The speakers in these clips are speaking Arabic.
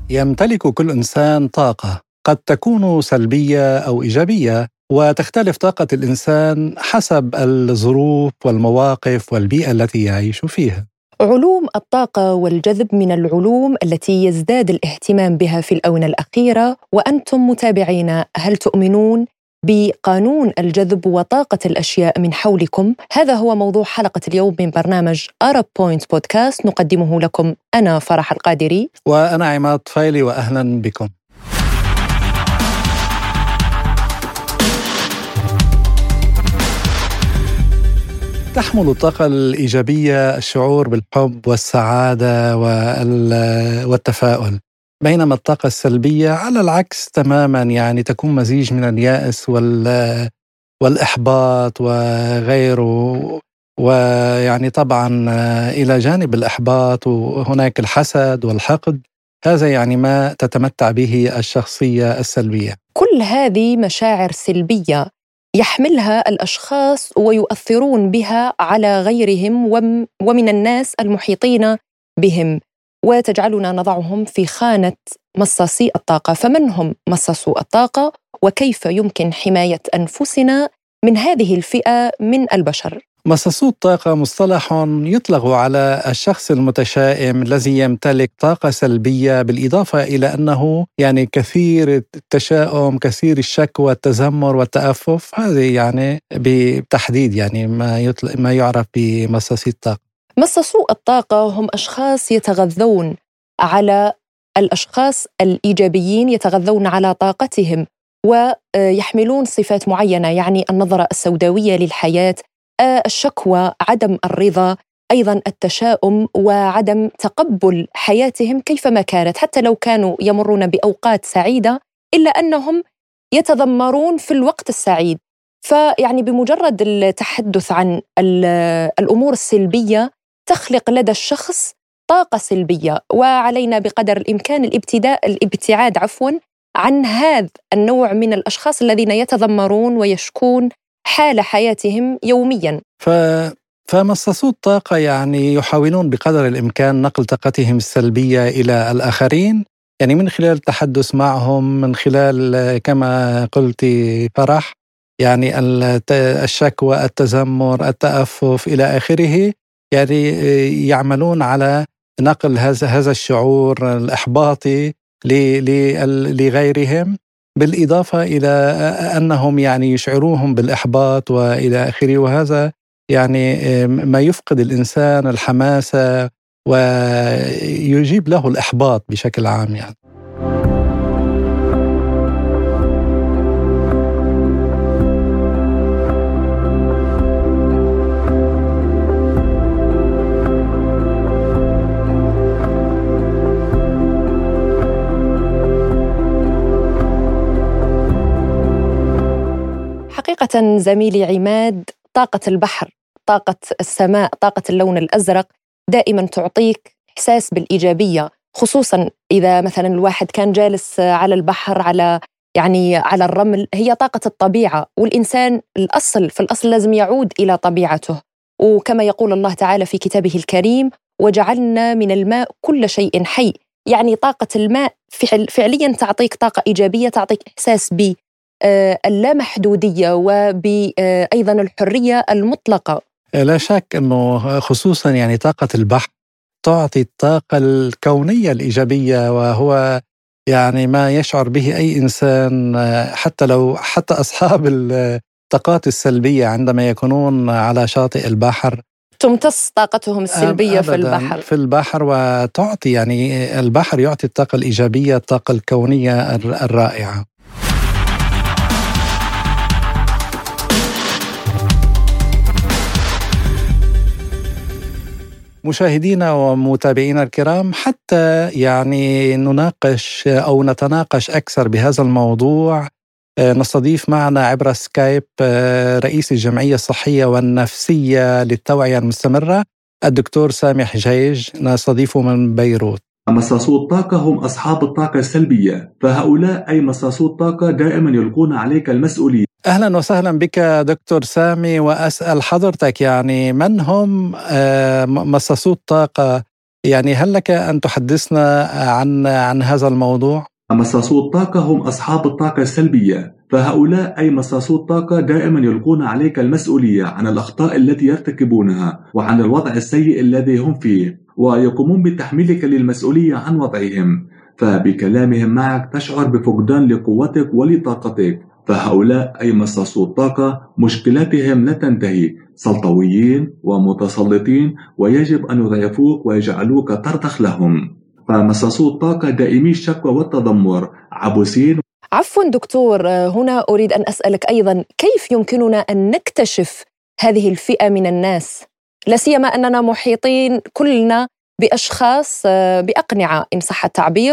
يمتلك كل إنسان طاقة قد تكون سلبية أو إيجابية، وتختلف طاقة الإنسان حسب الظروف والمواقف والبيئة التي يعيش فيها. علوم الطاقة والجذب من العلوم التي يزداد الاهتمام بها في الآونة الأخيرة، وأنتم متابعين هل تؤمنون بقانون الجذب وطاقة الأشياء من حولكم؟ هذا هو موضوع حلقة اليوم من برنامج Arab Point بودكاست، نقدمه لكم أنا فرح القادري وأنا عماد طفيلي، وأهلا بكم. تحمل الطاقة الإيجابية الشعور بالحب والسعادة والتفاؤل، بينما الطاقة السلبية على العكس تماما، يعني تكون مزيج من اليأس والإحباط وغيره. ويعني طبعا إلى جانب الإحباط وهناك الحسد والحقد، هذا يعني ما تتمتع به الشخصية السلبية. كل هذه مشاعر سلبية يحملها الأشخاص ويؤثرون بها على غيرهم ومن الناس المحيطين بهم، وتجعلنا نضعهم في خانة مصاصي الطاقة. فمن هم مصاصو الطاقة؟ وكيف يمكن حماية أنفسنا من هذه الفئة من البشر؟ مصاصو الطاقة مصطلح يطلق على الشخص المتشائم الذي يمتلك طاقة سلبية، بالإضافة إلى أنه يعني كثير التشاؤم، كثير الشك والتذمر والتأفف. هذه يعني بتحديد يعني ما يعرف بمصاصي الطاقة. مصاصو الطاقة هم أشخاص يتغذون على الأشخاص الإيجابيين، يتغذون على طاقتهم ويحملون صفات معينة، يعني النظرة السوداوية للحياة، الشكوى، عدم الرضا، أيضاً التشاؤم وعدم تقبل حياتهم كيفما كانت، حتى لو كانوا يمرون بأوقات سعيدة إلا أنهم يتذمرون في الوقت السعيد. فيعني بمجرد التحدث عن الأمور السلبية تخلق لدى الشخص طاقة سلبية، وعلينا بقدر الإمكان الابتعاد عن هذا النوع من الأشخاص الذين يتذمرون ويشكون حال حياتهم يومياً. فمصاصو الطاقة يعني يحاولون بقدر الإمكان نقل طاقتهم السلبية إلى الآخرين، يعني من خلال التحدث معهم، من خلال كما قلت فرح، يعني الشكوى، التذمر، التأفف إلى آخره. يعني يعملون على نقل هذا الشعور الإحباطي لغيرهم، بالإضافة إلى أنهم يعني يشعروهم بالإحباط وإلى آخره. وهذا يعني ما يفقد الإنسان الحماسة ويجيب له الإحباط بشكل عام يعني. حقيقة زميلي عماد، طاقة البحر، طاقة السماء، طاقة اللون الأزرق دائما تعطيك إحساس بالإيجابية، خصوصا إذا مثلا الواحد كان جالس على البحر، على الرمل. هي طاقة الطبيعة، والإنسان في الأصل لازم يعود إلى طبيعته. وكما يقول الله تعالى في كتابه الكريم: وجعلنا من الماء كل شيء حي. يعني طاقة الماء فعليا تعطيك طاقة إيجابية، تعطيك إحساس اللامحدودية وأيضا الحرية المطلقة. لا شك أنه خصوصا يعني طاقة البحر تعطي الطاقة الكونية الإيجابية، وهو يعني ما يشعر به أي إنسان، حتى أصحاب الطاقات السلبية عندما يكونون على شاطئ البحر تمتص طاقتهم السلبية في البحر، وتعطي يعني البحر يعطي الطاقة الإيجابية، الطاقة الكونية الرائعة. مشاهدينا ومتابعينا الكرام، حتى يعني نناقش أو نتناقش أكثر بهذا الموضوع، نستضيف معنا عبر سكايب رئيس الجمعية الصحية والنفسية للتوعية المستمرة الدكتور سامي حجيج، نستضيفه من بيروت. مصاصو الطاقة هم أصحاب الطاقة السلبية، فهؤلاء أي مصاصو الطاقة دائما يلقون عليك المسؤولية. أهلا وسهلا بك دكتور سامي، وأسأل حضرتك يعني من هم مصاصو الطاقة؟ يعني هل لك أن تحدثنا عن هذا الموضوع؟ مصاصو الطاقة هم أصحاب الطاقة السلبية، فهؤلاء أي مصاصو الطاقة دائما يلقون عليك المسؤولية عن الأخطاء التي يرتكبونها وعن الوضع السيء الذي هم فيه، ويقومون بتحميلك للمسؤولية عن وضعهم، فبكلامهم معك تشعر بفقدان لقوتك ولطاقتك. فهؤلاء أي مصاصو الطاقة مشكلاتهم لا تنتهي، سلطويين ومتسلطين، ويجب أن يضعفوك ويجعلوك ترضخ لهم. فمصاصو الطاقة دائمي الشكوى والتذمر، عبوسين. عفوا دكتور، هنا أريد أن أسألك أيضا كيف يمكننا أن نكتشف هذه الفئة من الناس، لا سيما أننا محيطين كلنا بأشخاص بأقنعة إن صح التعبير،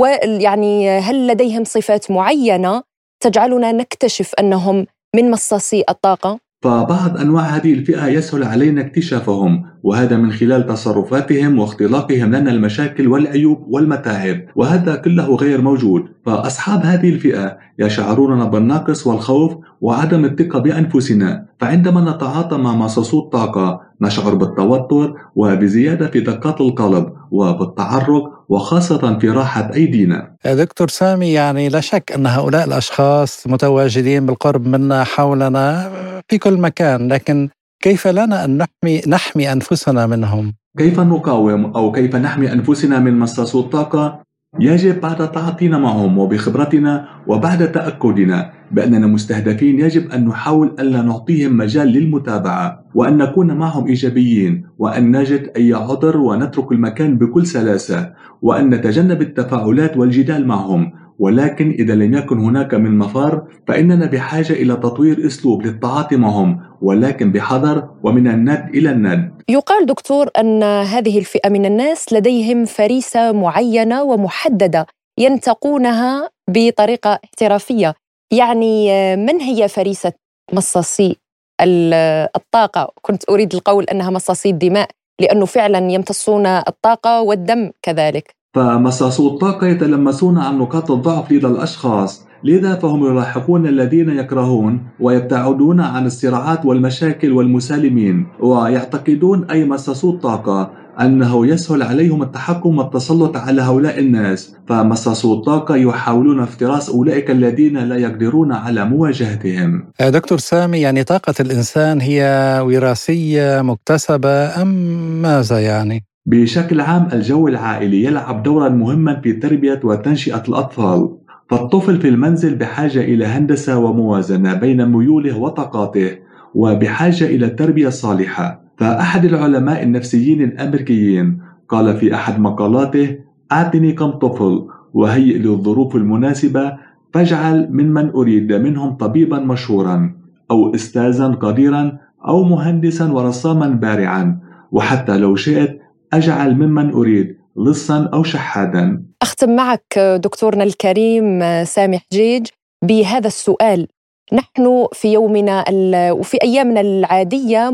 ويعني هل لديهم صفات معينة تجعلنا نكتشف أنهم من مصاصي الطاقة؟ فبعض أنواع هذه الفئة يسهل علينا اكتشافهم، وهذا من خلال تصرفاتهم واختلاقهم لنا المشاكل والعيوب والمتاعب، وهذا كله غير موجود. فأصحاب هذه الفئة يشعروننا بالنقص والخوف وعدم الثقة بأنفسنا، فعندما نتعاطى مع مصاصو الطاقة نشعر بالتوتر وبزيادة في دقات القلب وبالتعرق، وخاصة في راحة أيدينا. دكتور سامي، يعني لا شك أن هؤلاء الأشخاص متواجدين بالقرب منا حولنا في كل مكان، لكن كيف لنا أن نحمي أنفسنا منهم؟ كيف نقاوم أو كيف نحمي أنفسنا من مصاصو الطاقة؟ يجب بعد تعاطينا معهم وبخبرتنا وبعد تأكدنا بأننا مستهدفين، يجب أن نحاول ألا نعطيهم مجال للمتابعة، وأن نكون معهم إيجابيين، وأن نجد أي عذر ونترك المكان بكل سلاسة، وأن نتجنب التفاعلات والجدال معهم. ولكن إذا لم يكن هناك من مفر فإننا بحاجة إلى تطوير أسلوب للتعاطي معهم، ولكن بحذر ومن الند إلى الند. يقال دكتور أن هذه الفئة من الناس لديهم فريسة معينة ومحددة ينتقونها بطريقة احترافية، يعني من هي فريسة مصاصي الطاقة؟ كنت أريد القول أنها مصاصي الدماء، لأنه فعلا يمتصون الطاقة والدم كذلك. فمصاصو الطاقة يتلمسون عن نقاط الضعف لدى الأشخاص، لذا فهم يلاحقون الذين يكرهون ويبتعدون عن الصراعات والمشاكل والمسالمين، ويعتقدون أي مصاصو الطاقة أنه يسهل عليهم التحكم والتسلط على هؤلاء الناس. فمصاصو الطاقة يحاولون افتراس أولئك الذين لا يقدرون على مواجهتهم. دكتور سامي، يعني طاقة الإنسان هي وراثية مكتسبة أم ماذا يعني؟ بشكل عام الجو العائلي يلعب دورا مهما في تربية وتنشئة الأطفال، فالطفل في المنزل بحاجة إلى هندسة وموازنة بين ميوله وطاقاته، وبحاجة إلى تربية صالحة. فأحد العلماء النفسيين الأمريكيين قال في أحد مقالاته: أعطني كم طفل وهيئ لي الظروف المناسبة، فاجعل ممن أريد منهم طبيبا مشهورا أو أستاذا قديرا أو مهندسا ورساما بارعا، وحتى لو شئت أجعل ممن أريد لصا أو شحادا. أختم معك دكتورنا الكريم سامح جيج بهذا السؤال. نحن في يومنا وفي أيامنا العادية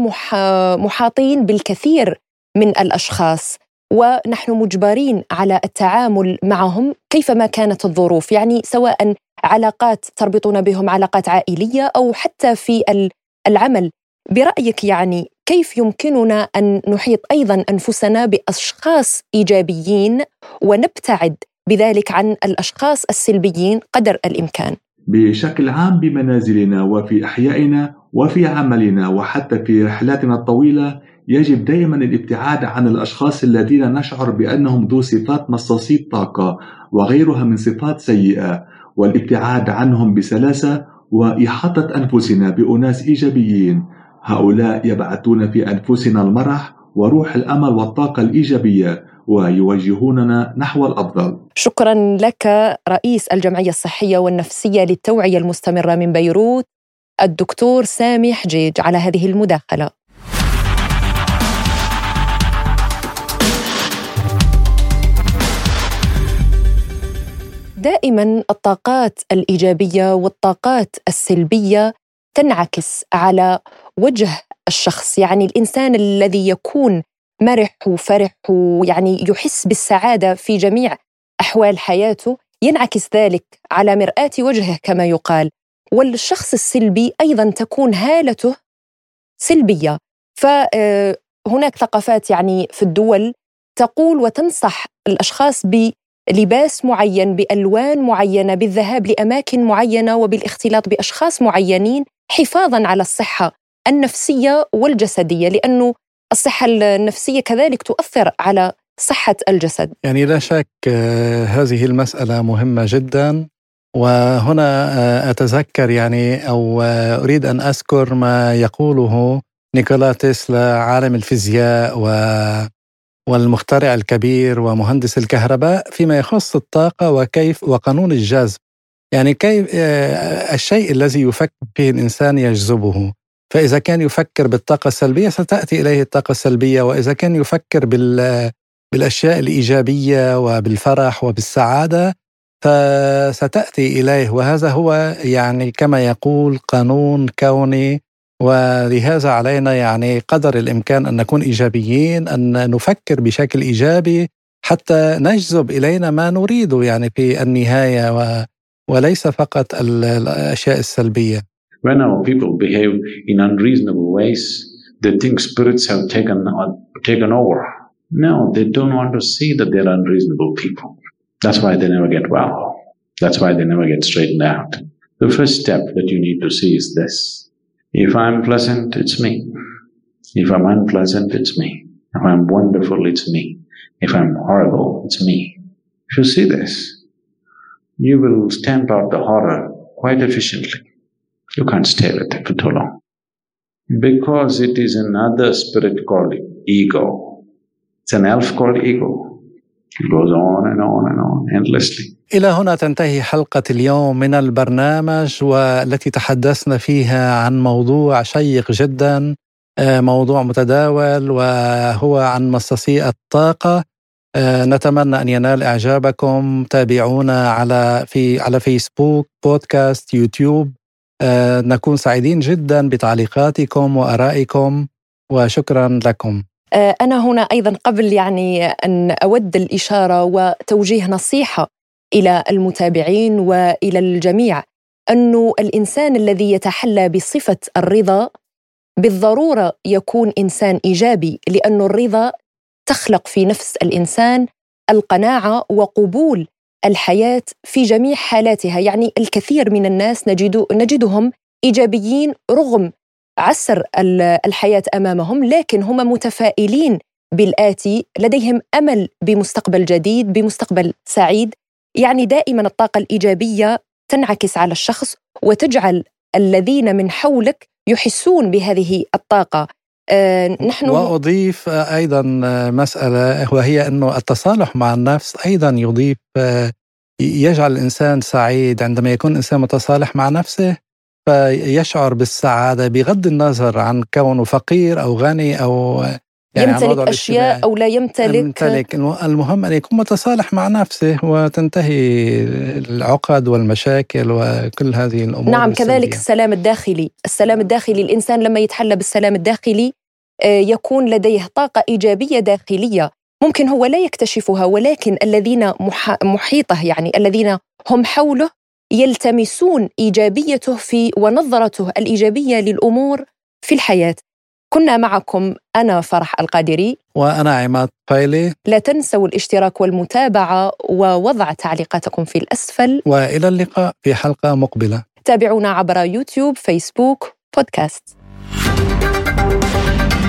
محاطين بالكثير من الأشخاص، ونحن مجبرين على التعامل معهم كيفما كانت الظروف، يعني سواء علاقات تربطنا بهم، علاقات عائلية أو حتى في العمل. برأيك يعني كيف يمكننا أن نحيط أيضاً أنفسنا بأشخاص إيجابيين ونبتعد بذلك عن الأشخاص السلبيين قدر الإمكان؟ بشكل عام بمنازلنا وفي أحيائنا وفي عملنا وحتى في رحلاتنا الطويلة يجب دائما الابتعاد عن الأشخاص الذين نشعر بأنهم ذو صفات مصاصي الطاقة وغيرها من صفات سيئة، والابتعاد عنهم بسلاسة، وإحاطة أنفسنا بأناس إيجابيين. هؤلاء يبعثون في أنفسنا المرح وروح الأمل والطاقة الإيجابية، ويوجهوننا نحو الأفضل. شكرا لك رئيس الجمعية الصحية والنفسية للتوعية المستمرة من بيروت الدكتور سامح جيج على هذه المداخلة. دائما الطاقات الإيجابية والطاقات السلبية تنعكس على وجه الشخص، يعني الإنسان الذي يكون مرح وفرح ويعني يحس بالسعادة في جميع أحوال حياته ينعكس ذلك على مرآة وجهه كما يقال، والشخص السلبي أيضا تكون هالته سلبية. فهناك ثقافات يعني في الدول تقول وتنصح الأشخاص بلباس معين، بألوان معينة، بالذهاب لأماكن معينة وبالاختلاط بأشخاص معينين حفاظاً على الصحة النفسية والجسدية، لأنه الصحة النفسية كذلك تؤثر على صحة الجسد. يعني لا شك هذه المسألة مهمة جدا. وهنا أتذكر يعني أو أريد أن أذكر ما يقوله نيكولا تسلا عالم الفيزياء والمخترع الكبير ومهندس الكهرباء فيما يخص الطاقة وكيف وقانون الجذب. يعني كيف الشيء الذي يفكر فيه الإنسان يجذبه. فإذا كان يفكر بالطاقة السلبية ستأتي إليه الطاقة السلبية، وإذا كان يفكر بالأشياء الإيجابية وبالفرح وبالسعادة فستأتي إليه. وهذا هو يعني كما يقول قانون كوني، ولهذا علينا يعني قدر الإمكان أن نكون إيجابيين، أن نفكر بشكل إيجابي حتى نجذب إلينا ما نريده يعني في النهاية، وليس فقط الأشياء السلبية. When our people behave in unreasonable ways, they think spirits have taken over. No, they don't want to see that they're unreasonable people. That's why they never get well. That's why they never get straightened out. The first step that you need to see is this. If I'm pleasant, it's me. If I'm unpleasant, it's me. If I'm wonderful, it's me. If I'm horrible, it's me. If you see this, you will stamp out the horror quite efficiently. You can't stay with it for too long. Because it is another spirit called ego. It's an elf called ego. It goes on and on and on endlessly. إلى هنا تنتهي حلقة اليوم من البرنامج، والتي تحدثنا فيها عن موضوع شيق جدا، موضوع متداول، وهو عن مصاصي الطاقة. نتمنى أن ينال إعجابكم. تابعونا على فيسبوك، بودكاست، يوتيوب. نكون سعيدين جدا بتعليقاتكم وآرائكم، وشكرا لكم. أنا هنا أيضا قبل يعني أن أود الإشارة وتوجيه نصيحة إلى المتابعين وإلى الجميع، أنه الإنسان الذي يتحلى بصفة الرضا بالضرورة يكون إنسان إيجابي، لأن الرضا تخلق في نفس الإنسان القناعة وقبول الحياة في جميع حالاتها. يعني الكثير من الناس نجدهم إيجابيين رغم عسر الحياة أمامهم، لكن هم متفائلين بالآتي، لديهم أمل بمستقبل جديد، بمستقبل سعيد. يعني دائما الطاقة الإيجابية تنعكس على الشخص وتجعل الذين من حولك يحسون بهذه الطاقة. وأضيف أيضا مسألة، وهي أنه التصالح مع النفس أيضا يضيف، يجعل الإنسان سعيد. عندما يكون الإنسان متصالح مع نفسه فيشعر بالسعادة بغض النظر عن كونه فقير أو غني أو يعني يمتلك أشياء أو لا يمتلك. المهم أن يكون متصالح مع نفسه وتنتهي العقد والمشاكل وكل هذه الأمور. نعم، كذلك السلام الداخلي. الإنسان لما يتحلى بالسلام الداخلي يكون لديه طاقة إيجابية داخلية ممكن هو لا يكتشفها، ولكن الذين محيطه يعني الذين هم حوله يلتمسون إيجابيته ونظرته الإيجابية للأمور في الحياة. كنا معكم أنا فرح القادري وأنا عماد فايلي. لا تنسوا الاشتراك والمتابعة ووضع تعليقاتكم في الأسفل، وإلى اللقاء في حلقة مقبلة. تابعونا عبر يوتيوب، فيسبوك، بودكاست.